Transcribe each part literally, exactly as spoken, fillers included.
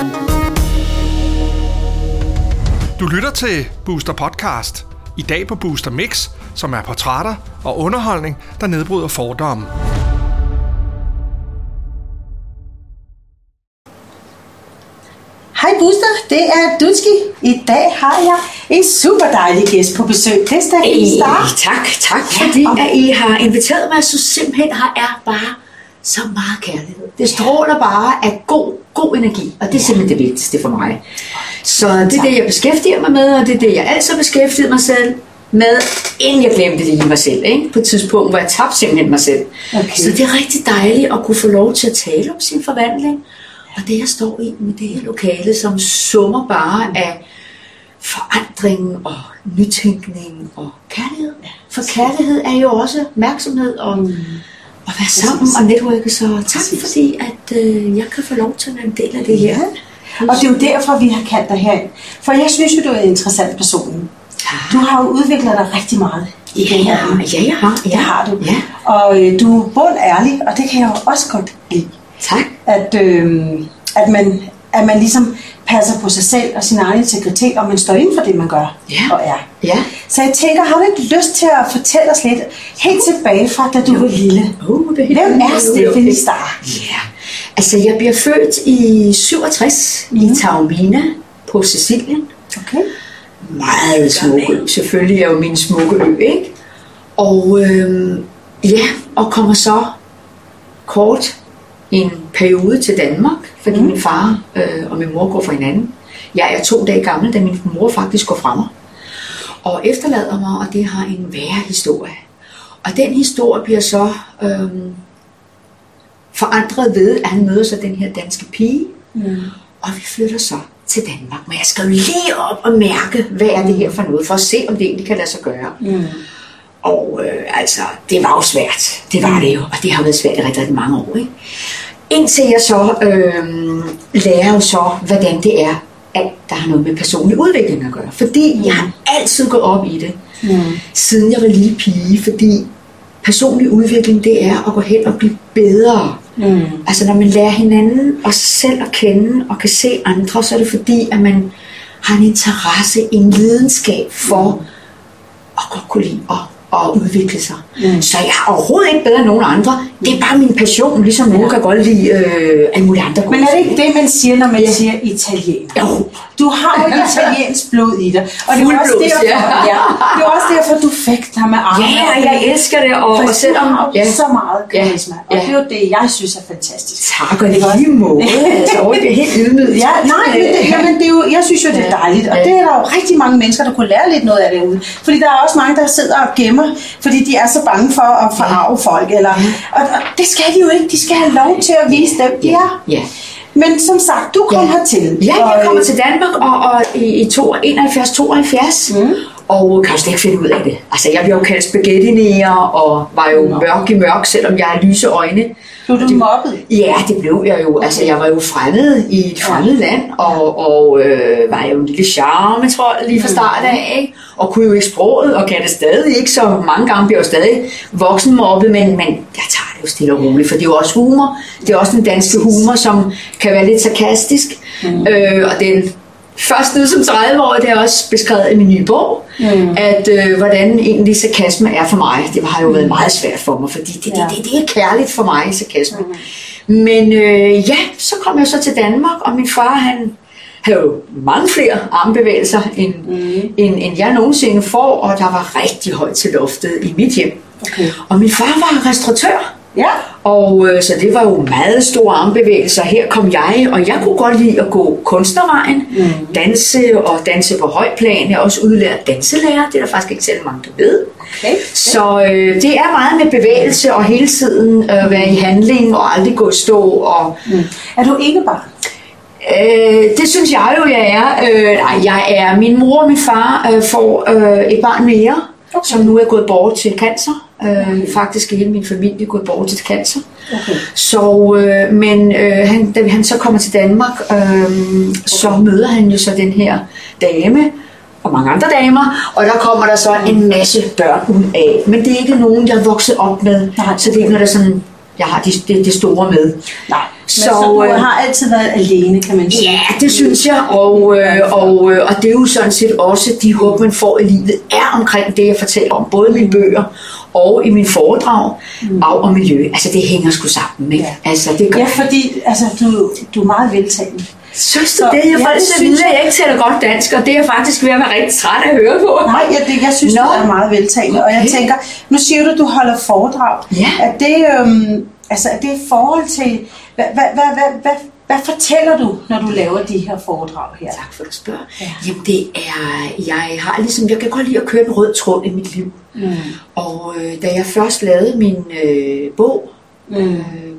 Du lytter til Booster Podcast. I dag på Booster Mix, som er portrætter og underholdning, der nedbryder fordomme. Hej Booster, det er Dutski. I dag har jeg en super dejlig gæst på besøg. Det er Stefanie Starr. Tak, tak fordi at I har inviteret mig. Så simpelthen har er bare så meget kærlighed. Det stråler bare af god, god energi, og det er simpelthen det vigtigste for mig. Så det er det, jeg beskæftiger mig med, og det er det, jeg altid beskæftiger mig selv med, inden jeg glemte det i mig selv. Ikke? På et tidspunkt, hvor jeg tabte simpelthen mig selv. Okay. Så det er rigtig dejligt at kunne få lov til at tale om sin forvandling. Og det, jeg står i med det her lokale, som summer bare af forandring og nytænkning og kærlighed. For kærlighed er jo også opmærksomhed og mm. at være sammen og netværke. Så tak fordi, at øh, jeg kan få lov til at være en del af det her. Ja. Og det er jo derfor, vi har kaldt dig herind. For jeg synes jo, du er en interessant person. Du har jo udviklet dig rigtig meget. Ja, ja, ja, jeg har. Ja. Det har du. Ja. Og øh, du er bundærlig, og det kan jeg jo også godt lide. Tak. At, øh, at, man, at man ligesom passer på sig selv og sin egen integritet, og man står inden for det, man gør ja. og er. Ja. Så jeg tænker, har du ikke lyst til at fortælle os lidt, helt tilbage fra, da du jo. var lille? Oh, det Hvem er Stefanie Starr? Ja, altså jeg bliver født i syvogtres mm. i Taormina på Sicilien. Okay. Meget smukke ø. Selvfølgelig er jo min smukke ø, ikke? Og øhm, ja, og kommer så kort en periode til Danmark, fordi mm. min far øh, og min mor går fra hinanden. Jeg er to dage gammel, da min mor faktisk går fra mig. Og efterlader mig, og det har en værre historie. Og den historie bliver så øh, forandret ved, at han møder så den her danske pige. Mm. Og vi flytter så til Danmark. Men jeg skal jo lige op og mærke, hvad er det her for noget, for at se, om det egentlig kan lade sig gøre. Mm. Og øh, altså, det var jo svært. Det var det jo, og det har været svært i rigtig, rigtig mange år. Ikke? Indtil jeg så øh, lærer jo så, hvordan det er, at der har noget med personlig udvikling at gøre. Fordi mm. jeg har altid gået op i det, mm. siden jeg var lille pige. Fordi personlig udvikling, det er at gå hen og blive bedre. Mm. Altså når man lærer hinanden og sig selv at kende og kan se andre, så er det fordi, at man har en interesse, en lidenskab for mm. at godt kunne lide og og udvikle sig. Mm. Så jeg er overhovedet ikke bedre end nogen andre. Det er bare min passion, ligesom nogen ja. kan godt lide øh, alle mulige andre. Men er det ikke det, man siger, når man ja. siger italiener? Jo. Du har jo italiensk blod i dig. Og det er også derfor, ja. Ja, det er også derfor, du fægter med arme. Ja, jeg elsker det. Og, og selvom du har ja. så meget karisma. Ja. Og det er jo det, jeg synes er fantastisk. Tak, og det er lige måde. Altså, det er helt ydmygt. Ja, nej, men det, jamen, det er jo, jeg synes jo, det er dejligt. Og det er der jo rigtig mange mennesker, der kunne lære lidt noget af derude. Fordi der er også mange, der sidder og gemmer, fordi de er så bange for at forarve folk. Eller, og, og det skal de jo ikke. De skal have lov til at vise dem, de er. Ja. Men som sagt, du kom ja. hertil. Ja, jeg kommer til Danmark og, og i, i enoghalvfjerds tooghalvfjerds. Mm. Og kan jo slet ikke finde ud af det. Altså, jeg blev jo kaldt spaghetti-nære og var jo no. mørk i mørk, selvom jeg har lyse øjne. Blev du mobbet? Ja, det blev jeg jo. Okay. Altså, jeg var jo fremmed i et fremmed land, og, og øh, var jo en lille charmetrol lige fra start af, ikke? Og kunne jo ikke sproget, og kan det stadig ikke, så mange gange bliver jeg jo stadig voksenmobbet, men, men jeg tager det jo stille og roligt, for det er jo også humor. Det er også den danske humor, som kan være lidt sarkastisk, mm. øh, og den først nu som tredive år, det er også beskrevet i min nye bog, mm. at øh, hvordan egentlig sarkasme er for mig. Det har jo været meget svært for mig, fordi det, det, det, det er kærligt for mig, sarkasme. Mm. Men øh, ja, så kom jeg så til Danmark, og min far, han havde jo mange flere armbevægelser, end, mm. end, end jeg nogensinde får, og der var rigtig højt til loftet i mit hjem. Okay. Og min far var restauratør. Ja. Og øh, så det var jo meget store armbevægelser. Her kom jeg, og jeg kunne godt lide at gå kunstnervejen, mm. danse og danse på højt plan. Jeg er også udlært danselærer, det er der faktisk ikke selv mange, der ved. Okay. Så øh, det er meget med bevægelse og hele tiden øh, være i handling og aldrig gå i stå. Og, mm. Er du enebarn? Øh, det synes jeg jo, jeg er. Øh, nej, jeg er. Min mor og min far øh, får øh, et barn mere, okay. som nu er gået bort til cancer. Øh, faktisk er hele min familie gået bort til cancer. Okay. Så, øh, men øh, han, da han så kommer til Danmark, øh, okay. så møder han jo så den her dame, og mange andre damer, og der kommer der så en masse børn ud af. Men det er ikke nogen, jeg er vokset op med, nej. Så det er ikke noget, der sådan, jeg har det, det, det store med. Nej. Så, så du har altid været alene, kan man sige. Ja, det synes jeg, og, øh, og, og det er jo sådan set også de håb, man får i livet, er omkring det, jeg fortæller om, både i mine bøger og i min foredrag, mm. af og miljø. Altså det hænger sgu sammen, ikke? Ja, altså, det gør... ja fordi altså, du, du er meget veltalende. Synes du det? Jeg får altid at vide, at jeg ikke taler godt dansk, og det er jeg faktisk ved at være rigtig træt af at høre på. Nej, jeg, det, jeg synes, Nå. du er meget veltalende, okay. Og jeg tænker, nu siger du, at du holder foredrag. Ja. Er det, øhm, altså, er det i forhold til, hvad, hvad, hvad, hvad, hvad, hvad fortæller du, når du laver de her foredrag her? Tak for at spørge. Ja. Jamen det er, jeg har ligesom, jeg kan godt lide at køre en rød tråd i mit liv. Mm. Og øh, da jeg først lavede min øh, bog, mm. øh,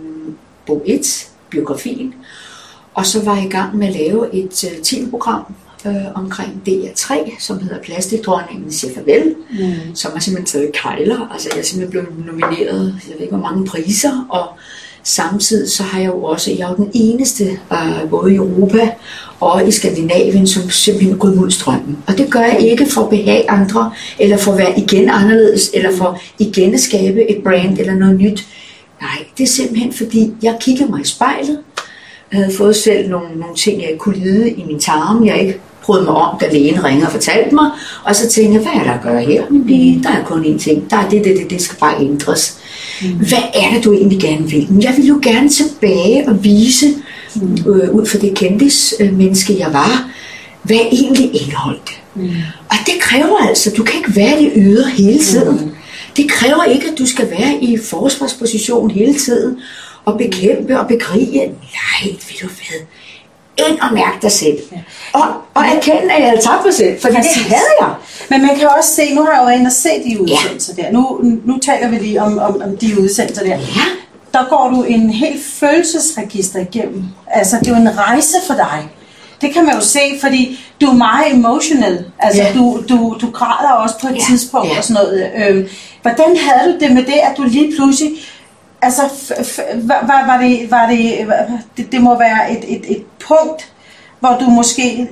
bog et, biografien, og så var jeg i gang med at lave et uh, tv-program øh, omkring D R tre, som hedder Plastikdronningen siger farvel, mm. som har simpelthen taget kejler. Altså jeg er simpelthen blevet nomineret, jeg ved ikke hvor mange priser, og samtidig så har jeg jo også, jeg er jo den eneste, øh, både i Europa og i Skandinavien, som simpelthen er gået mod strømmen. Og det gør jeg ikke for at behage andre, eller for at være igen anderledes, eller for igen at skabe et brand eller noget nyt. Nej, det er simpelthen fordi, jeg kigger mig i spejlet. Jeg havde fået selv nogle, nogle ting, jeg ikke kunne lide i min tarm. Jeg ikke prøvede mig om, da lægen ringede og fortalte mig. Og så tænkte jeg, hvad er der at gøre her? Mm. Der er kun én ting. Der er det, det, det, det skal bare ændres. Mm. Hvad er det, du egentlig gerne vil? Men jeg vil jo gerne tilbage og vise, mm. øh, ud fra det kendis øh, menneske, jeg var, hvad jeg egentlig indeholdte. Mm. Og det kræver altså, du kan ikke være det ydre hele tiden. Mm. Det kræver ikke, at du skal være i forsvarsposition hele tiden, og bekæmpe og bekrige. Nej, ved du hvad? Ind og mærke dig selv. Ja. Og, og erkende, at jeg havde tabt mig selv, for det havde jeg. Men man kan også se, nu har jeg jo været inde og se de udsendelser ja. der. Nu, nu taler vi lige om, om, om de udsendelser der. Ja. Der går du en helt følelsesregister igennem. Altså, det er jo en rejse for dig. Det kan man jo se, fordi du er meget emotional. Altså, ja. du, du, du græder også på et ja. tidspunkt ja. og sådan noget. Øhm, hvordan havde du det med det, at du lige pludselig... Altså, f- f- var, var det, var det, det, det må være et, et, et punkt, hvor du måske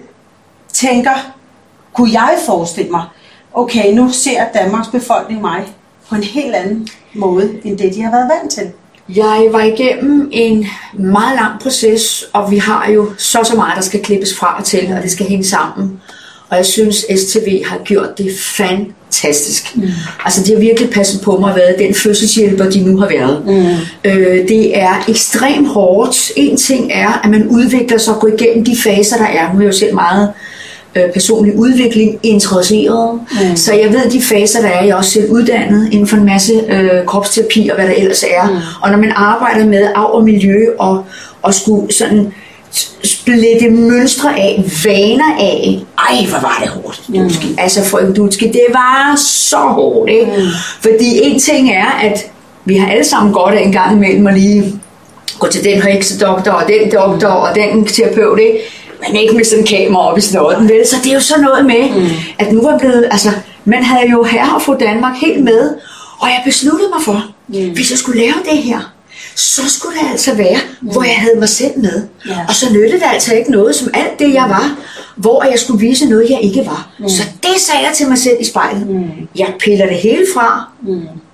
tænker, kunne jeg forestille mig, okay, nu ser Danmarks befolkning mig på en helt anden måde, end det, de har været vant til. Jeg var igennem en meget lang proces, og vi har jo så så meget, der skal klippes fra og til, og det skal hænge sammen. Og jeg synes, S T V har gjort det fantastisk. Mm. Altså, de har virkelig passet på mig, hvad den fødselshjælper, de nu har været. Mm. Øh, det er ekstremt hårdt. En ting er, at man udvikler sig og går igennem de faser, der er. Nu er jeg jo selv meget øh, personlig udvikling interesseret. Mm. Så jeg ved, de faser, der er, jeg er også selv uddannet inden for en masse øh, kropsterapi og hvad der ellers er. Mm. Og når man arbejder med af og miljø og, og skulle sådan... splitte mønstre af, vaner af. Ej, hvor var det hårdt. Mm. Altså for en dutski, det var så hårdt, ikke? Mm. Fordi en ting er, at vi har alle sammen godt af en gang imellem at lige gå til den heksedoktor, og den doktor, og den terapeut, ikke? Men ikke med sådan en kamera op i snotten, vel? Så det er jo sådan noget med, mm. at nu var blevet, altså, man havde jo herre og fru Danmark helt med, og jeg besluttede mig for, mm. hvis jeg skulle lave det her, så skulle det altså være, mm. hvor jeg havde mig selv med. Ja. Og så nyttede det altså ikke noget som alt det, jeg var, hvor jeg skulle vise noget, jeg ikke var. Mm. Så det sagde jeg til mig selv i spejlet. Mm. Jeg piller det hele fra, mm.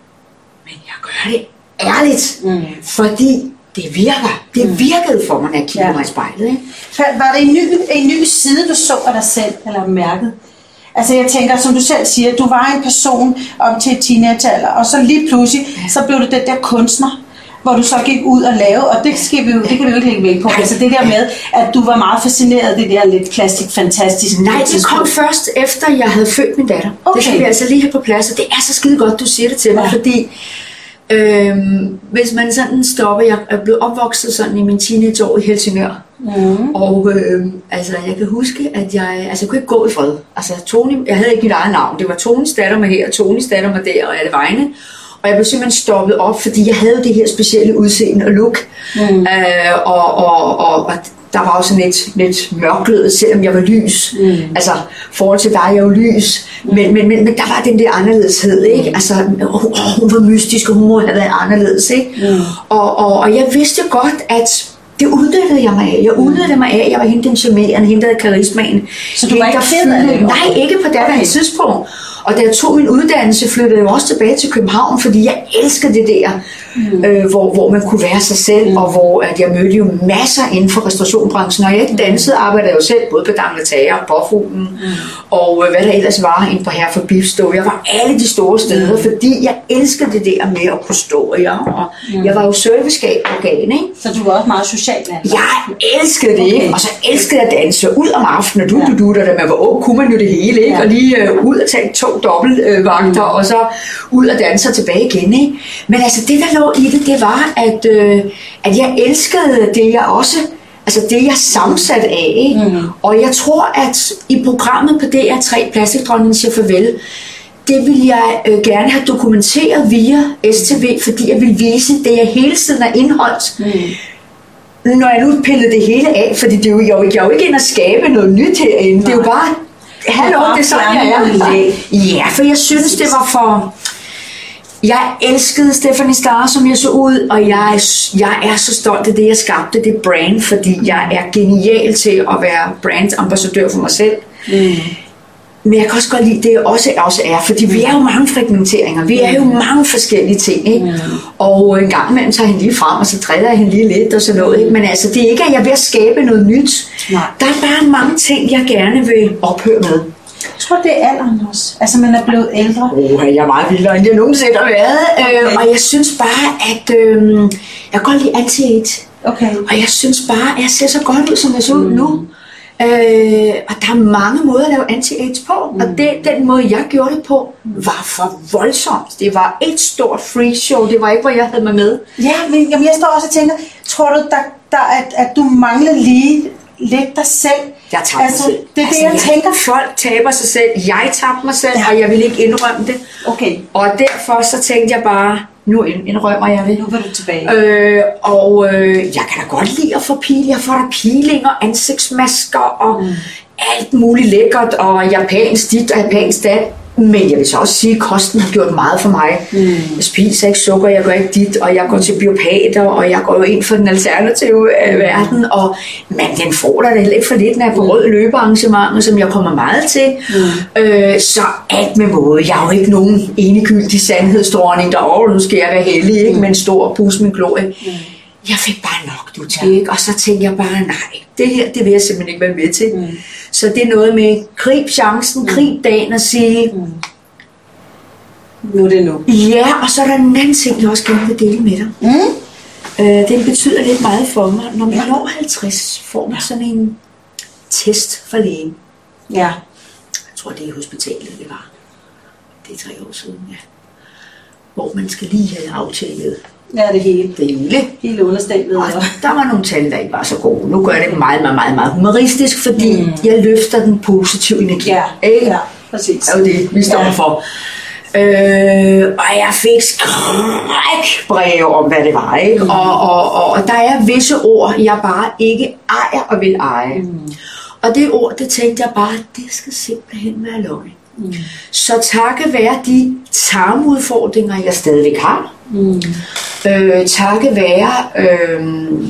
men jeg gør det ærligt, mm. fordi det virker. Det virkede for mig, når jeg kiggede ja. mig i spejlet. Ikke? Var det en ny, en ny side, du så af dig selv, eller mærket? Altså jeg tænker, som du selv siger, du var en person op til et teenagealder, og så lige pludselig, ja. så blev du den der kunstner, hvor du så gik ud og lave, og det, skal vi jo, det kan vi jo ikke lægge væk på. Altså det der med, at du var meget fascineret af det der lidt klassisk, fantastisk. Nej, det kom først efter, jeg havde født min datter. Okay. Det skal vi altså lige have på plads, og det er så skide godt, du siger det til mig, ja. fordi øhm, hvis man sådan stopper, jeg er blevet opvokset sådan i min teenageår i Helsingør, mm. og øhm, altså jeg kan huske, at jeg, altså jeg kunne ikke gå i fred. Altså Tony, jeg havde ikke mit eget navn, det var Tonys datter med her, og Tonys datter med der, og alle vegne. Og jeg blev simpelthen stoppet op, fordi jeg havde det her specielle udseende og look. Mm. Øh, og, og, og, og der var også lidt, lidt mørklødet, selvom jeg var lys. Mm. Altså, forhold til dig, jeg er jo lys. Mm. Men, men, men, men der var den der anderledeshed, ikke? Altså, hun, hun var mystisk, og hun må have været anderledes, ikke? Mm. Og, og, og jeg vidste godt, at det udnyttede jeg mig af. Jeg udnyttede mig af, jeg var hende den charmerende, hende der havde karismaen. Så du var ikke ked af det? Nej, ikke på det okay. tidspunkt. Og da jeg tog min uddannelse, flyttede jeg også tilbage til København, fordi jeg elskede det der, mm. øh, hvor, hvor man kunne være sig selv, mm. og hvor at jeg mødte jo masser inden for restaurationsbranchen. Når jeg ikke dansede, arbejdede jeg jo selv både på Dangletære og Påfuglen, mm. og øh, hvad der ellers var inde på her for Bifstå. Jeg var alle de store steder, mm. fordi jeg elskede det der med at kunne stå. Ja, og mm. jeg var jo serviceskab-organ, ikke? Så du var også meget social danser? Jeg elskede det, okay. Og så elskede jeg at danse ud om aftenen, og du, du, du, da man var ung, kunne man jo det hele, ikke? Ja. Og lige øh, ud og tage to dobbeltvagter, øh, mm. og så ud og danse og tilbage igen, ikke? Men altså det, der lå i det, det var, at, øh, at jeg elskede det, jeg også, altså det, jeg sammensat af, ikke? Mm. Og jeg tror, at i programmet på D R tre, Plastikdronningen siger farvel, det vil jeg øh, gerne have dokumenteret via S T V, fordi jeg vil vise det, jeg hele tiden har indholdt. Mm. Når jeg nu pillede det hele af, fordi det er jo, jeg, jeg er jo ikke ind at skabe noget nyt herinde. Nej. Det er jo bare, hallo, det er sådan, jeg er. Ja, for jeg synes, det var for... Jeg elskede Stephanie Starr, som jeg så ud, og jeg er, jeg er så stolt af det, jeg skabte, det brand, fordi jeg er genial til at være brandambassadør for mig selv. Mm. Men jeg kan også godt lide det, jeg også, også er, fordi vi er jo mange fragmenteringer, vi er jo mange forskellige ting, ikke? Mm. Og en gang imellem tager han lige frem, og så driller jeg hende lige lidt og sådan noget, ikke? Men altså, det er ikke, at jeg er ved at skabe noget nyt. Nej. Der er bare mange ting, jeg gerne vil ophøre med. Jeg tror, det er alderen også. Altså, man er blevet ældre. Oh, jeg er meget vildere, end jeg nogensinde har været. Okay. Øh, og jeg synes bare, at øh, jeg kan godt lide anti-age. Okay. Og jeg synes bare, at jeg ser så godt ud, som jeg så ud mm. nu. Øh, og der er mange måder at lave anti-age på, mm. og det, den måde jeg gjorde det på var for voldsomt. Det var et stort free show, det var ikke hvor jeg havde mig med. Ja, men jamen, jeg står også og tænker, tror du, der, der, at, at du mangler lige lidt dig selv? Jeg tabte altså, mig selv. Det er altså, det, jeg, jeg tænker. Folk taber sig selv, jeg tabte mig selv, ja. Og jeg ville ikke indrømme det. Okay. Og derfor så tænkte jeg bare, nu indrømmer jeg det. Nu var du tilbage. Øh, og øh, jeg kan da godt lide at få pil. Jeg får der peelinger, ansigtsmasker og mm. alt muligt lækkert, og japansk dit og japansk dat. Men jeg vil så også sige, at kosten har gjort meget for mig. Mm. Jeg spiser ikke sukker, jeg går ikke dit, og jeg går til biopater, og jeg går jo ind for den alternative øh, verden. Og, men den får der heller ikke for lidt, når jeg er på mm. rød løbearrangementer, som jeg kommer meget til. Mm. Øh, så alt med måde. Jeg er jo ikke nogen enegyldig sandhedsdronning, der over, nu skal jeg være heldig, ikke? Mm. Med en stor pus min glorie. Mm. Jeg fik bare nok, du til, ikke? Og så tænkte jeg bare, nej, det her, det vil jeg simpelthen ikke være med til. Mm. Så det er noget med, grib chancen, mm. grib dagen og sige, mm. nu er det nu. Ja, og så er der en anden ting, jeg også gerne vil dele med dig. Mm. Øh, det betyder lidt meget for mig. Når man når halvtreds, får man sådan en test fra lægen. Ja. Jeg tror, det er hospitalet, det var. Det er tre år siden, ja. Hvor man skal lige have aftalt. Ja, det hele. Det hele. Hele understillet. Og der var nogle tal, der ikke var så gode. Nu gør jeg det meget, meget, meget, meget humoristisk, fordi mm. jeg løfter den positive energi. Ja, ikke? Ja, præcis. Det er jo det, vi står ja. for. Øh, og jeg fik skrækbreve om, hvad det var. Ikke? Mm. Og, og, og, og der er visse ord, jeg bare ikke ejer og vil eje. Mm. Og det ord, det tænkte jeg bare, det skal simpelthen være løgn. Mm. Så takket være de tarmudfordringer, jeg stadigvæk har, mm. øh, takket være øh,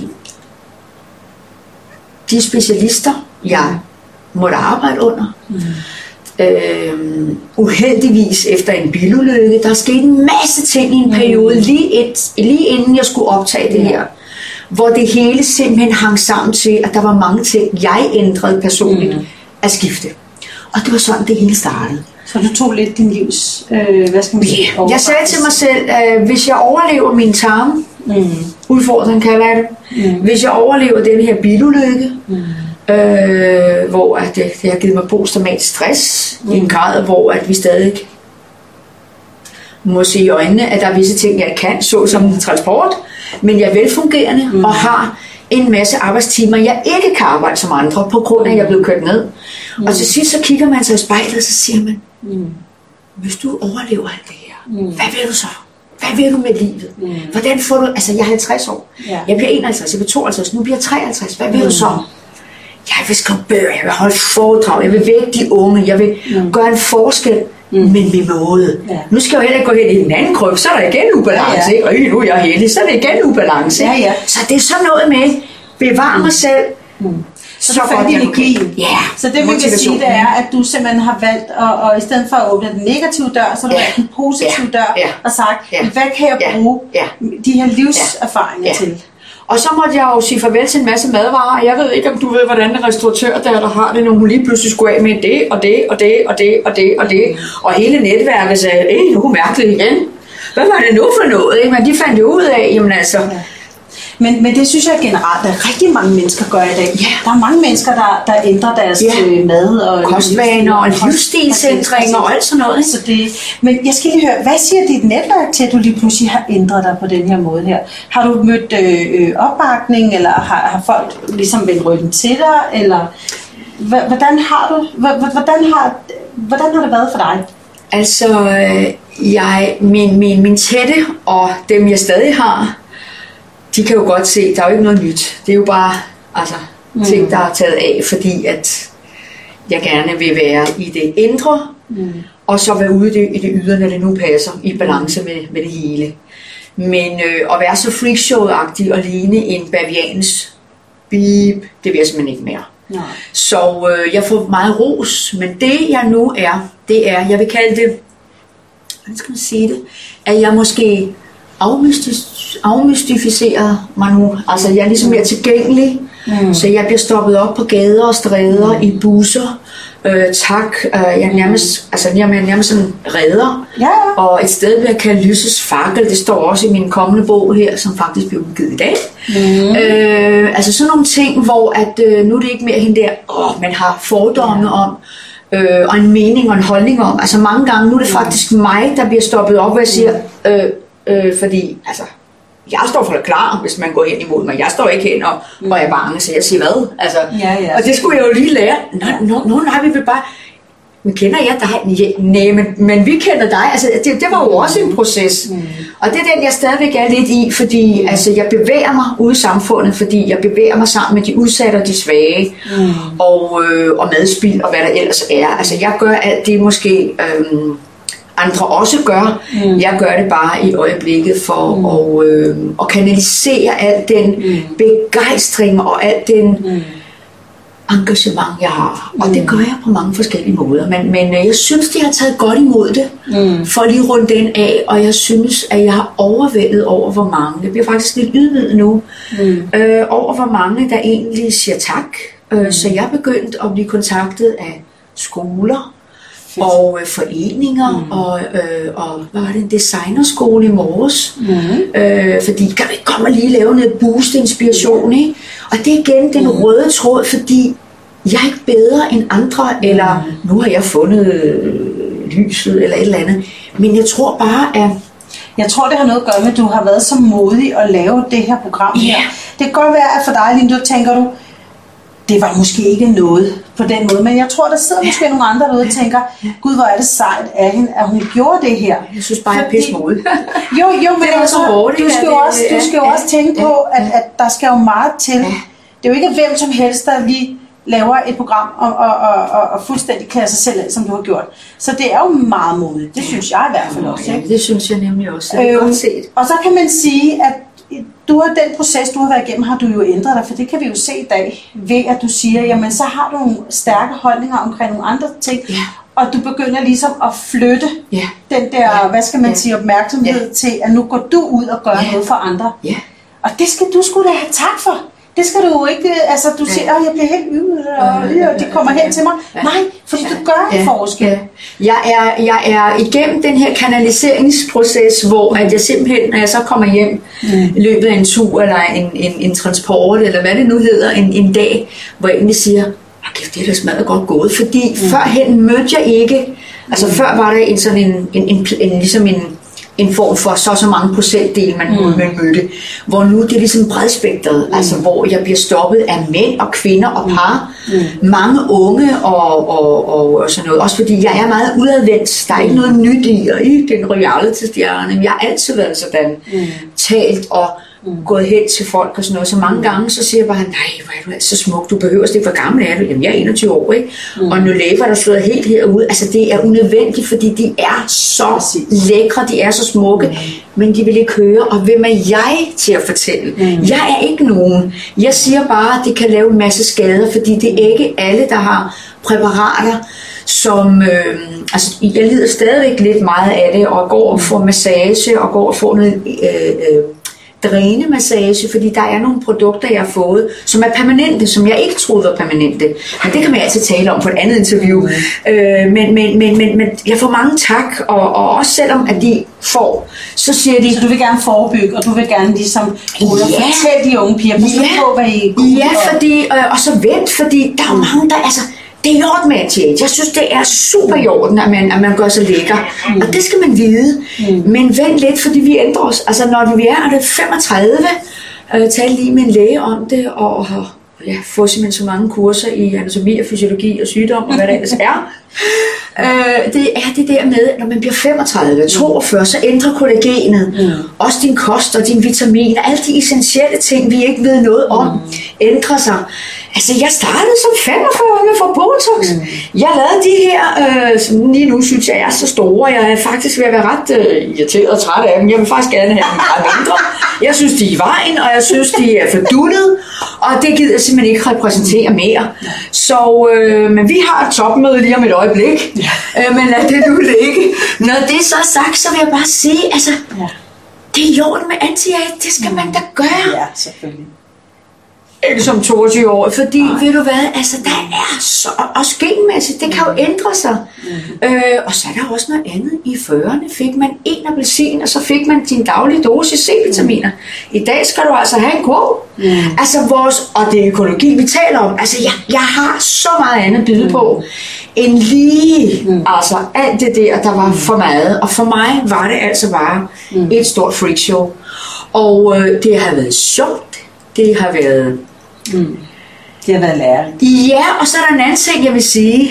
de specialister, jeg måtte arbejde under, mm. øh, uheldigvis efter en bilulykke, der skete en masse ting i en periode, mm. lige, et, lige inden jeg skulle optage det her, hvor det hele simpelthen hang sammen til, at der var mange ting, jeg ændrede personligt mm. at skifte. Og det var sådan, det hele startede. Så du tog lidt din livs, øh, hvad skal man sige? Yeah. Jeg sagde til mig selv, øh, hvis jeg overlever min tarm, mm. udfordring kalder jeg det, mm. hvis jeg overlever den her bilulykke, mm. øh, hvor at det, det har givet mig posttraumatisk stress, mm. i en grad, hvor at vi stadig må se i øjnene, at der er visse ting, jeg kan, såsom mm. transport, men jeg er velfungerende mm. og har en masse arbejdstimer, jeg ikke kan arbejde som andre, på grund af, at jeg er blevet kørt ned. Mm. Og til sidst, så kigger man sig i spejlet, og så siger man, mm. hvis du overlever alt det her, mm. hvad vil du så? Hvad vil du med livet? Mm. Hvordan får du, altså jeg er halvtreds år, yeah. jeg bliver enoghalvtreds, jeg bliver tooghalvtreds, nu bliver jeg treoghalvtreds, hvad vil mm. du så? Jeg vil skrive bøger, jeg vil holde foredrag, jeg vil vække de unge, jeg vil mm. gøre en forskel, mm. men med måde. Yeah. Nu skal jeg jo heller ikke gå hen i den anden krøb, så er der igen ubalance, ja, ja. Og nu er jeg heldig, så er det igen ubalance. Ja, ja. Så det er sådan noget med, bevare mig selv, mm. Så, så du fandt energien. Ja, så det man kan sige, det er, at du simpelthen har valgt, og, og i stedet for at åbne den negative dør, så har du ja. valgt den positive ja. dør, ja. og sagt, ja. hvad kan jeg bruge ja. Ja. de her livserfaringer ja. Ja. til? Og så måtte jeg jo sige farvel til en masse madvarer. Jeg ved ikke, om du ved, hvordan en restauratør der, der har det, når hun lige pludselig skulle af med det, og det, og det, og det, og det, og det. Og hele netværket sagde, øh, nu er mærkeligt igen. Hvad var det nu for noget? Ikke? Men de fandt jo ud af, jamen altså... Ja. Men, men det synes jeg generelt, at rigtig mange mennesker gør i dag. Yeah. Der er mange mennesker, der, der ændrer deres yeah. mad og kostvaner og livsstilsændringer og alt sådan noget. Så det, men jeg skal lige høre, hvad siger dit netværk til, at du lige pludselig har ændret dig på den her måde her? Har du mødt øh, opbakning, eller har, har folk ligesom vendt ryggen til dig? Eller hvordan har du, hvordan har, hvordan har det været for dig? Altså, jeg, min, min, min tætte og dem, jeg stadig har, de kan jo godt se, der er jo ikke noget nyt. Det er jo bare altså, mm. ting, der er taget af, fordi at jeg gerne vil være i det indre, mm. og så være ude i det, i det ydre, når det nu passer, i balance med, med det hele. Men øh, at være så freakshow-agtig og ligne en bavians beep, det vil jeg simpelthen ikke mere. Nej. Så øh, jeg får meget ros, men det jeg nu er, det er, jeg vil kalde det, hvordan skal man sige det, at jeg måske afmystificeret mig nu. Altså jeg er ligesom mere tilgængelig, mm. så jeg bliver stoppet op på gader og stræder, mm. i busser. Øh, tak, øh, jeg er nærmest, altså jeg er nærmest sådan redder. Ja. Og et sted bliver kaldt Lysets fakkel. Det står også i min kommende bog her, som faktisk bliver udgivet i dag. Mm. Øh, altså sådan nogle ting, hvor at, øh, nu er det ikke mere hende der, åh, man har fordomme ja. om, øh, og en mening og en holdning om. Altså mange gange, nu er det faktisk mig, der bliver stoppet op, hvor jeg siger, øh, Øh, fordi, altså, jeg står for det klar, hvis man går hen imod mig. Jeg står ikke hen og, mm. og er bange, så jeg siger hvad? Altså, ja, ja. Og det skulle jeg jo lige lære. Nå, nå, nå nej, vi vil bare... Men kender jeg dig? Ja, nej, men, men vi kender dig. Altså, det, det var jo også en proces. Mm. Og det er den, jeg stadigvæk er lidt i, fordi mm. altså, jeg bevæger mig ude i samfundet, fordi jeg bevæger mig sammen med de udsatte og de svage, mm. og, øh, og madspil og hvad der ellers er. Altså, jeg gør alt det måske... Øh, andre også gør. Mm. Jeg gør det bare i øjeblikket for mm. at, øh, at kanalisere al den mm. begejstring og al den mm. engagement, jeg har. Og mm. det gør jeg på mange forskellige måder. Men, men jeg synes, de har taget godt imod det, mm. for at lige runde den af. Og jeg synes, at jeg har overvældet over, hvor mange, det bliver faktisk lidt ydmyget nu, mm. øh, over hvor mange, der egentlig siger tak. Øh, mm. Så jeg er begyndt at blive kontaktet af skoler, og øh, foreninger, mm. og, øh, og hvad var det, en designerskole i morges, mm. øh, fordi kan vi ikke komme og lige lave noget boost-inspiration, ikke? Og det er igen den mm. røde tråd, fordi jeg er ikke bedre end andre, mm. eller nu har jeg fundet øh, lyset, eller et eller andet, men jeg tror bare, at jeg tror, det har noget at gøre med, at du har været så modig at lave det her program her. Yeah. Det kan godt være, at for dig, Line, du tænker du, det var måske ikke noget på den måde, men jeg tror, der sidder måske nogle andre derude og tænker, gud, hvor er det sejt af hende, at hun gjorde det her. Jeg synes bare, jeg er pissemodig. Jo, jo, men altså, du skal jo også, du skal jo også tænke på, at, at der skal jo meget til. Det er jo ikke hvem som helst, der lige laver et program og, og, og, og, og fuldstændig klæder sig selv af, som du har gjort. Så det er jo meget modigt. Det synes jeg i hvert fald også. Ja, det synes jeg nemlig også. Det er øhm, godt set. Og så kan man sige, at du har den proces, du har været igennem, har du jo ændret dig, for det kan vi jo se i dag, ved at du siger, jamen så har du nogle stærke holdninger omkring nogle andre ting, yeah. og du begynder ligesom at flytte yeah. den der, yeah. hvad skal man sige, opmærksomhed yeah. til, at nu går du ud og gør yeah. noget for andre. Yeah. Og det skal du sgu da have tak for. Det skal du jo ikke, altså du siger, at jeg bliver helt ydmyg, og de kommer hen til mig. Nej, fordi du gør en forskel. Jeg er, jeg er igennem den her kanaliseringsproces, hvor at jeg simpelthen, når jeg så kommer hjem i løbet af en tur, eller en, en, en transport, eller hvad det nu hedder, en, en dag, hvor jeg egentlig siger, kæft, det er da smadret godt gået, fordi mm. førhen mødte jeg ikke, altså mm. før var der en sådan en, en, en, en ligesom en, en form for så så mange procentdel, man, mm. man mødte, hvor nu det er ligesom bredspektret, mm. altså hvor jeg bliver stoppet af mænd og kvinder og par, mm. mange unge og, og, og, og sådan noget, også fordi jeg er meget udadvendt, der er ikke noget nyt i, og i den reality-stjerne, jeg har altid været sådan, mm. talt og mm. gået hen til folk og sådan noget. Så mange gange, så siger jeg bare, nej, hvor er du altså så smuk, du behøver det, hvor gammel er du? Jamen, jeg er enogtyve år, ikke? Mm. Og nu læber der sidder helt herude. Altså, det er unødvendigt, fordi de er så Præcis. lækre, de er så smukke, mm. men de vil ikke høre. Og hvem er jeg til at fortælle? Mm. Jeg er ikke nogen. Jeg siger bare, at det kan lave en masse skader, fordi det er ikke alle, der har præparater, som, øh, altså jeg lider stadigvæk lidt meget af det, og går og får massage, og går og får noget øh, øh, drænemassage, fordi der er nogle produkter, jeg har fået, som er permanente, som jeg ikke troede var permanente. Men det kan man altid tale om på et andet interview. Mm. Øh, men, men, men, men, men jeg får mange tak, og, og også selvom at de får, så siger de... Så du vil gerne forebygge, og du vil gerne ligesom ja. fortælle de unge piger, ja. på, hvad I... Ja, fordi, øh, og så vent, fordi der er jo mange, der... Altså, det er i orden med anti-age. Jeg synes, det er super i orden, at man, at man gør sig lækker. Mm. Og det skal man vide. Mm. Men vent lidt, fordi vi ændrer os. Altså, når vi er femogtredive, øh, talte lige med en læge om det, og ja, få simpelthen så mange kurser i anatomi og fysiologi og sygdom, og hvad det ellers er. øh, det er det der med, når man bliver femogtredive, toogfyrre, så ændrer kollagenet. Mm. Også din kost og dine vitaminer, alle de essentielle ting, vi ikke ved noget om, mm. ændrer sig. Altså, jeg startede som femogfyrre med for Botox. Mm. Jeg lavede de her, øh, som lige nu synes jeg er så store. Jeg er faktisk ved at være ret øh, irriteret og træt af dem. Jeg vil faktisk gerne have dem meget mindre. Jeg synes, de er i vejen, og jeg synes, de er for duttet. Og det gider jeg simpelthen ikke repræsentere mere. Så, øh, men vi har et topmøde lige om et øjeblik. Øh, men lad det nu ligge. Når det så er sagt, så vil jeg bare sige, altså, det er i orden med anti-age. Det skal man da gøre. Ja, selvfølgelig. Ikke som toogtyve år, fordi Nej. ved du hvad, altså der er så, også genmæssigt, det kan jo ændre sig. Mm-hmm. Øh, og så er der også noget andet. I fyrrerne fik man en appelsin, og så fik man din daglige dosis C-vitaminer. Mm. I dag skal du altså have en kurv. Mm. Altså vores, og det er økologi, vi taler om. Altså jeg, jeg har så meget andet bid mm. på, end lige, mm. altså alt det der, der var for meget. Og for mig var det altså bare mm. et stort freakshow. Og øh, det har været sjovt. Det har været... Mm. Det har været lærerigt. Ja, og så er der en anden ting, jeg vil sige.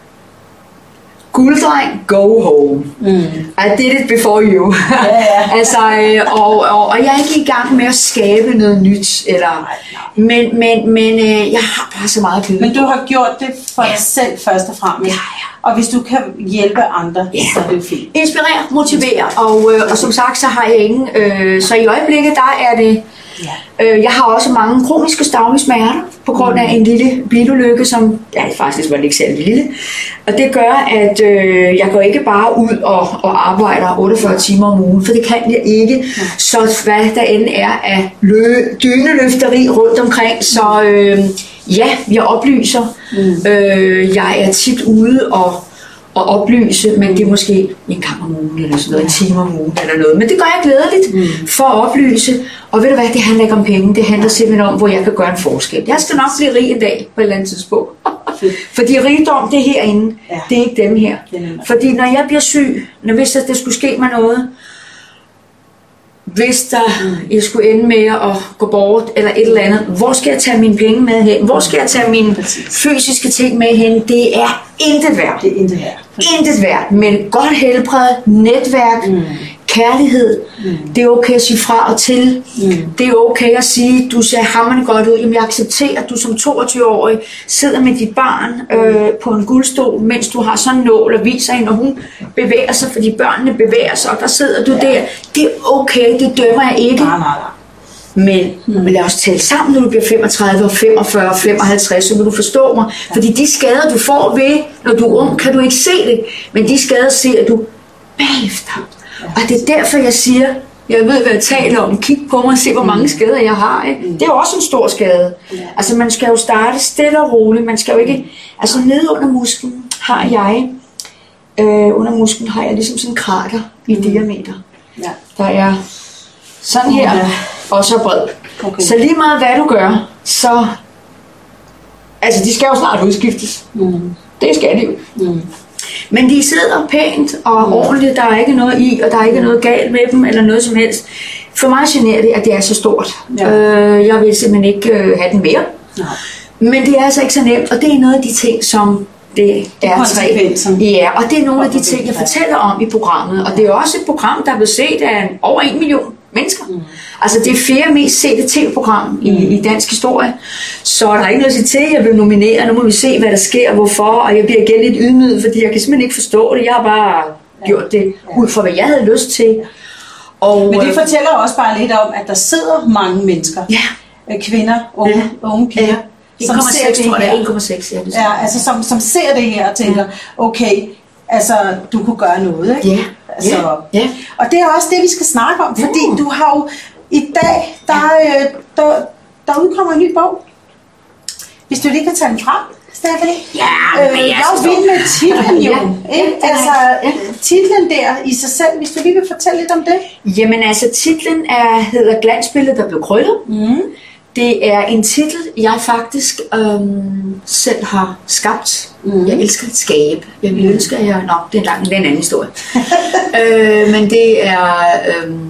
Gulddreng, go home. Mm. I did it before you. Ja, ja. altså, og, og, og jeg er ikke i gang med at skabe noget nyt. Eller, nej, nej. Men, men, men jeg har bare så meget at byde. Men du har gjort det for ja. dig selv først og fremmest. Ja, ja. Og hvis du kan hjælpe andre, ja. så er det jo fint. Inspirere, motivere. Og, øh, og som sagt, så har jeg ingen... Øh, så i øjeblikket, der er det... Ja. Øh, jeg har også mange kroniske stavlige smerter på grund af en lille bilulykke, som ja, faktisk var ikke særlig lille. Og det gør, at øh, jeg går ikke bare ud og, og arbejder otteogfyrre timer om ugen, for det kan jeg ikke. Ja. Så hvad der end er af lø- dyneløfteri rundt omkring, så øh, ja, jeg oplyser. Mm. Øh, jeg er tit ude og og oplyse, men det er måske en gang om ugen, eller sådan noget, en time om ugen, eller noget. Men det gør jeg glædeligt mm. for at oplyse. Og ved du hvad, det handler ikke om penge, det handler simpelthen om, hvor jeg kan gøre en forskel. Jeg skal nok blive rig en dag, på et eller andet tidspunkt. Fordi rigdom, det er herinde, ja. det er ikke dem her. Fordi når jeg bliver syg, når hvis der, der skulle ske mig noget, hvis der mm. jeg skulle ende med at gå bort, eller et eller andet, hvor skal jeg tage mine penge med hen? Hvor skal jeg tage mine fysiske ting med hen? Det er intet værd. Det er intet værd. Intet værd, men godt helbred, netværk, mm. kærlighed. Mm. Det er okay at sige fra og til. Mm. Det er okay at sige, du ser hammerende godt ud. Jamen, jeg accepterer, at du som toogtyve-årig sidder med dit barn øh, på en guldstol, mens du har sådan en nål og viser hende, og hun bevæger sig, fordi børnene bevæger sig, og der sidder du ja. der. Det er okay, det dømmer jeg ikke. Nej, nej, nej. Men mm. lad os tale sammen, når du bliver femogtredive, og femogfyrre, femoghalvtreds, så vil du forstå mig. Ja. Fordi de skader, du får ved, når du er ung, kan du ikke se det. Men de skader ser du bagefter. Ja. Og det er derfor, jeg siger, jeg ved, hvad jeg taler om. Kig på mig og se, hvor mange mm. skader jeg har. Ikke? Mm. Det er jo også en stor skade. Ja. Altså, man skal jo starte stille og roligt. Man skal jo ikke... Altså, nede under musklen har jeg... Øh, under musklen har jeg ligesom sådan en krater i mm. diameter. Ja. Der er sådan her... Ja. Og så bred. Okay. Så lige meget hvad du gør, så... Altså, de skal jo snart udskiftes. Mm. Det skal de jo. Mm. Men de sidder pænt og mm. ordentligt. Der er ikke noget i, og der er ikke noget galt med dem, eller noget som helst. For mig generer det, at det er så stort. Ja. Øh, jeg vil simpelthen ikke øh, have den mere. Nej. Men det er altså ikke så nemt, og det er noget af de ting, som... Det er tre. Ja, og det er nogle af de ting, jeg fortæller om i programmet. Og det er også et program, der er blevet set af over en million mennesker. Mm. Altså det er fjerde mest sete tv-program i, i dansk historie, så der er ikke noget at sige til, jeg blev nomineret, nu må vi se, hvad der sker, hvorfor, og jeg bliver igen lidt ydmyget, fordi jeg kan simpelthen ikke forstå det, jeg har bare gjort det ud fra, hvad jeg havde lyst til. Og, men det fortæller også bare lidt om, at der sidder mange mennesker, ja. kvinder, unge, ja. unge piger, ja. som ser det her. en komma seks, ja, ja, altså som, som ser det her og tænker, okay, altså du kunne gøre noget, ikke? Ja. Altså, ja. Ja. Og det er også det, vi skal snakke om, fordi mm. du har jo i dag, der, ja. der, der udkommer en ny bog. Hvis du lige kan tage den frem, Stephanie. Ja, men øh, jeg er jo vild med titlen jo. ja. Ikke? Altså ja. titlen der i sig selv, hvis du lige vil fortælle lidt om det. Jamen altså, titlen er, hedder Glansbilledet, der blev krøllet. Mm. Det er en titel, jeg faktisk øhm, selv har skabt. Mm. Jeg elsker at skabe. Jeg vil ønske, at jeg... Nå, det er en lang, det er en anden historie. øh, men det er... Øhm,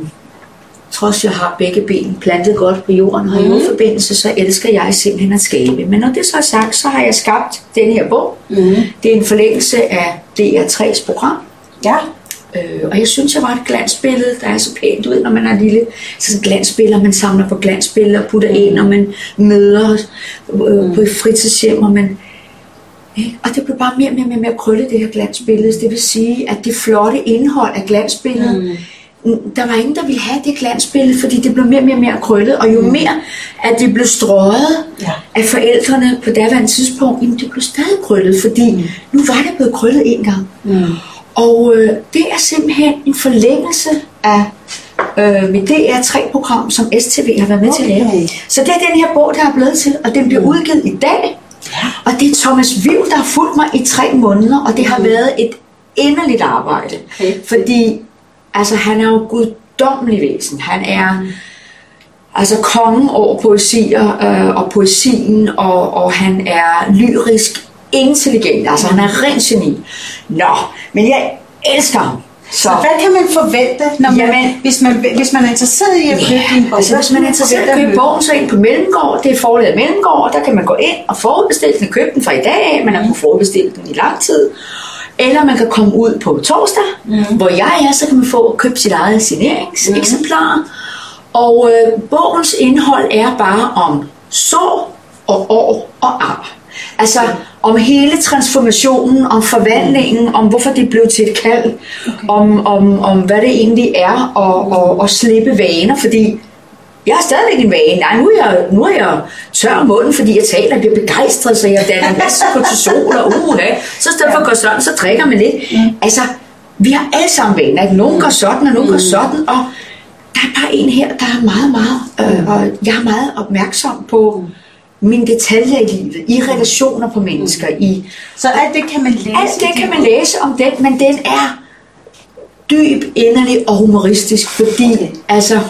trods jeg har begge ben plantet godt på jorden og har mm. jordforbindelse, så elsker jeg simpelthen at skabe. Men når det så er sagt, så har jeg skabt den her bog. Mm. Det er en forlængelse af D R tre's program. Ja. Øh, og jeg synes, jeg var et glansbillede, der er så pænt ud, når man er lille. Så sådan glansbilleder, man samler på glansbilleder, putter mm. ind, og man møder øh, mm. på et fritidshjem, og man... Ikke? Og det blev bare mere og mere, mere, mere krøllet, det her glansbillede. Det vil sige, at det flotte indhold af glansbilledet, mm. der var ingen, der ville have det glansbillede, fordi det blev mere og mere, mere krøllet. Og jo mere, at det blev strøget ja. af forældrene på daværende tidspunkt, jamen det blev stadig krøllet, fordi mm. nu var det blevet krøllet en gang. Mm. Og øh, det er simpelthen en forlængelse af øh, mit D R tre program, som S T V har været med okay. til at lave. Så det er den her bog, der er blevet til, og den bliver udgivet i dag. Ja. Og det er Thomas Wivel, der har fulgt mig i tre måneder, og det har været et inderligt arbejde. Okay. Fordi altså, han er jo guddommelig væsen. Han er altså kongen over poesier øh, og poesien, og, og han er lyrisk intelligent. Altså han er rent geni. Nå, men jeg elsker ham. Så, så hvad kan man forvente, når man, jamen, hvis, man, hvis man er interesseret i at købe ja, din bog? Altså, hvis man er interesseret i at købe bogen, så ind på Mellemgård. Det er forlaget Mellemgård. Der kan man gå ind og forudbestille den og købe den fra i dag af. Man har kunnet forudbestille den i lang tid. Eller man kan komme ud på torsdag, mm. hvor jeg er, så kan man få købt sit eget signeringseksemplar. Mm. Og øh, bogens indhold er bare om sorg og år og ar. Altså om hele transformationen, om forvandlingen, om hvorfor det blev til et kald, okay. om, om, om hvad det egentlig er at, at, at slippe vaner, fordi jeg har stadigvæk en vane. Nej, nu er jeg, nu er jeg tør om munden, fordi jeg taler, jeg bliver begejstret, så jeg danner en masse kortisol og uha. Så i stedet for at gå sådan, så drikker man lidt. Mm. Altså, vi har alle sammen vaner, at nogen går sådan, og nogen mm. går sådan, og der er bare en her, der er meget, meget, øh, og jeg er meget opmærksom på mine detaljer i livet, i relationer på mennesker. I, så alt det kan man læse? Alt det kan man læse om den, men den er dyb, inderlig og humoristisk, fordi, okay. altså,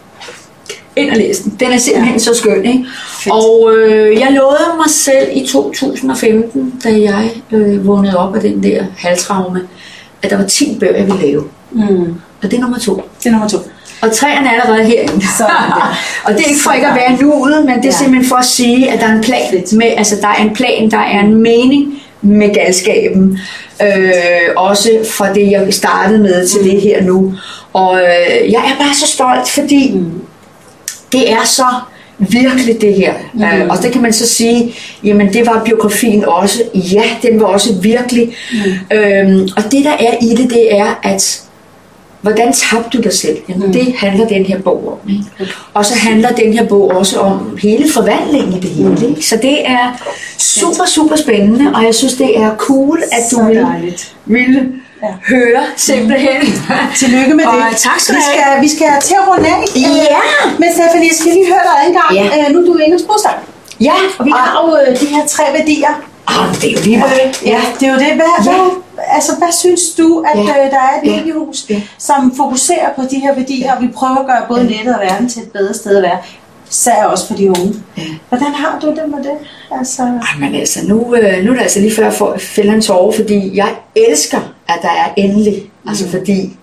ind og læse den. Den er simpelthen ja. så skøn, ikke? Og øh, jeg lovede mig selv i to tusind og femten, da jeg øh, vågnede op af den der halstraume, at der var ti bøger, jeg ville lave. Mm. Og det er nummer to. Det er nummer to. Og træerne er allerede herinde. Så og det er ikke for ikke at være nuet, men det er ja. simpelthen for at sige, at der er en plan med, altså der er en plan, der er en mening med galskaben. Øh, også fra det, jeg startede med til mm. det her nu. Og øh, jeg er bare så stolt, fordi mm. det er så virkelig det her. Mm. Øh, og det kan man så sige, jamen det var biografien også. Ja, den var også virkelig. Mm. Øh, og det der er i det, det er, at hvordan tabte du dig selv? Jamen, mm. det handler den her bog om. Ikke? Okay. Og så handler den her bog også om hele forvandlingen i det hele. Mm. Ikke? Så det er super, super spændende, og jeg synes, det er cool, at du vil, vil ja. høre simpelthen. Mm. Tillykke med det. Og tak skal vi skal, vi skal til at runde af. Ja. Men Stephanie, jeg skal lige høre dig en gang. Ja. Nu er du inde hos Bostad. Ja. Og vi har jo øh, de her tre værdier. Ah, det er jo lige meget. Ja, det er jo det. Hvad, ja. hvad, altså, hvad synes du, at ja. øh, der er et mediehus, ja. som fokuserer på de her værdier, og vi prøver at gøre både ja. nettet og verden til et bedre sted at være, især også for de unge. Ja. Hvordan har du det med det? Altså... Jamen altså, nu, øh, nu er det altså lige før jeg får fælder en tåre, fordi jeg elsker, at der er endelig. Mm. Altså fordi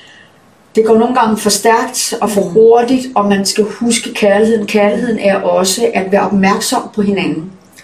det går nogle gange for stærkt og for hurtigt, og man skal huske kærligheden. Kærligheden er også at være opmærksom på hinanden.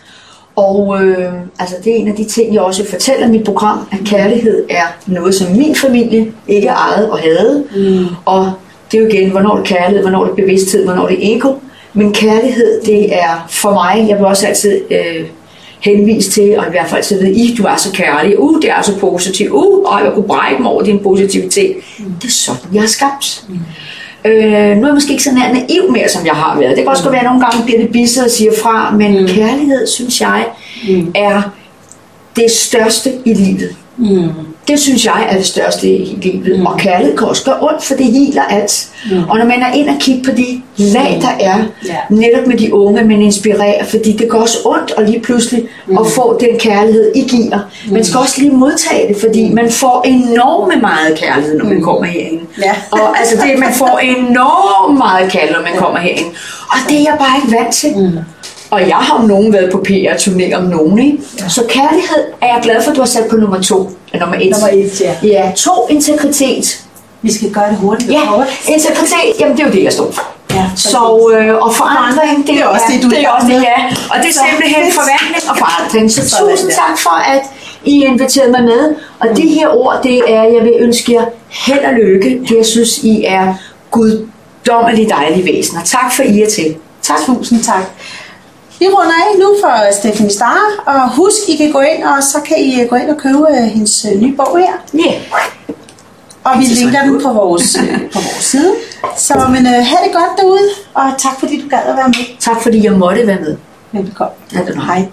Og øh, altså det er en af de ting, jeg også fortæller i mit program, at kærlighed er noget, som min familie ikke ejede og havde. Mm. Og det er jo igen, hvornår det er kærlighed, hvornår det er bevidsthed, hvornår det er ego. Men kærlighed, det er for mig, jeg vil også altid øh, henvise til, og i hvert fald altid vide, I, du er så kærlig, uh, det er så positivt, uh, og jeg kunne brække mig over din positivitet. Mm. Det er sådan, jeg er skabt. Mm. Øh, nu er jeg måske ikke så nær naiv mere, som jeg har været. Det kan også godt være, at nogle gange bliver det bisset og siger fra, men mm. kærlighed, synes jeg, mm. er det største i livet. Mm. Det synes jeg er det største i livet. Mm. Og kærlighed kan også gøre ondt, for det healer alt. Mm. Og når man er ind og kigger på de lag, der er, yeah. netop med de unge, man inspirerer, fordi det gør også ondt at lige pludselig mm. at få den kærlighed, I giver. Mm. Man skal også lige modtage det, fordi man får enormt meget kærlighed, når man mm. kommer herind. Yeah. Og altså det, man får enormt meget kærlighed, når man kommer herind. Og det er jeg bare ikke vant til. Mm. Og jeg har om nogen været på P R-turné om nogen, ikke? Ja. Så kærlighed er jeg glad for, at du har sat på nummer to. Nummer et. Nummer et, ja. Ja, to, integritet. Vi skal gøre det hurtigt. Ja, integritet, jamen det er jo det, jeg står for. Ja, så, øh, og forandring, det er også det, du det er også det, ja. Og det er simpelthen forvandling og forandring. Så tusind tak for, at I inviterede mig med. Og det her ord, det er, jeg vil ønske jer held og lykke. Det jeg synes, I er guddommeligt dejlige væsener. Tak for I er til. Tak. Tusind tak. Vi runder af nu for Stephanie Starr, og husk, I kan gå ind, og så kan I gå ind og købe uh, hendes uh, nye bog her. Ja. Yeah. Og vi linker den på vores, uh, på vores side. Så men, uh, have det godt derude, og tak fordi du gad at være med. Tak fordi jeg måtte være med. Velbekomme. Ja, det Hej.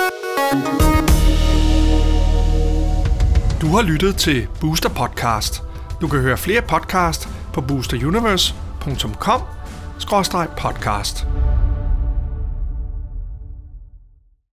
Du har lyttet til Booster Podcast. Du kan høre flere podcast på booster universe punktum com skråstreg podcast.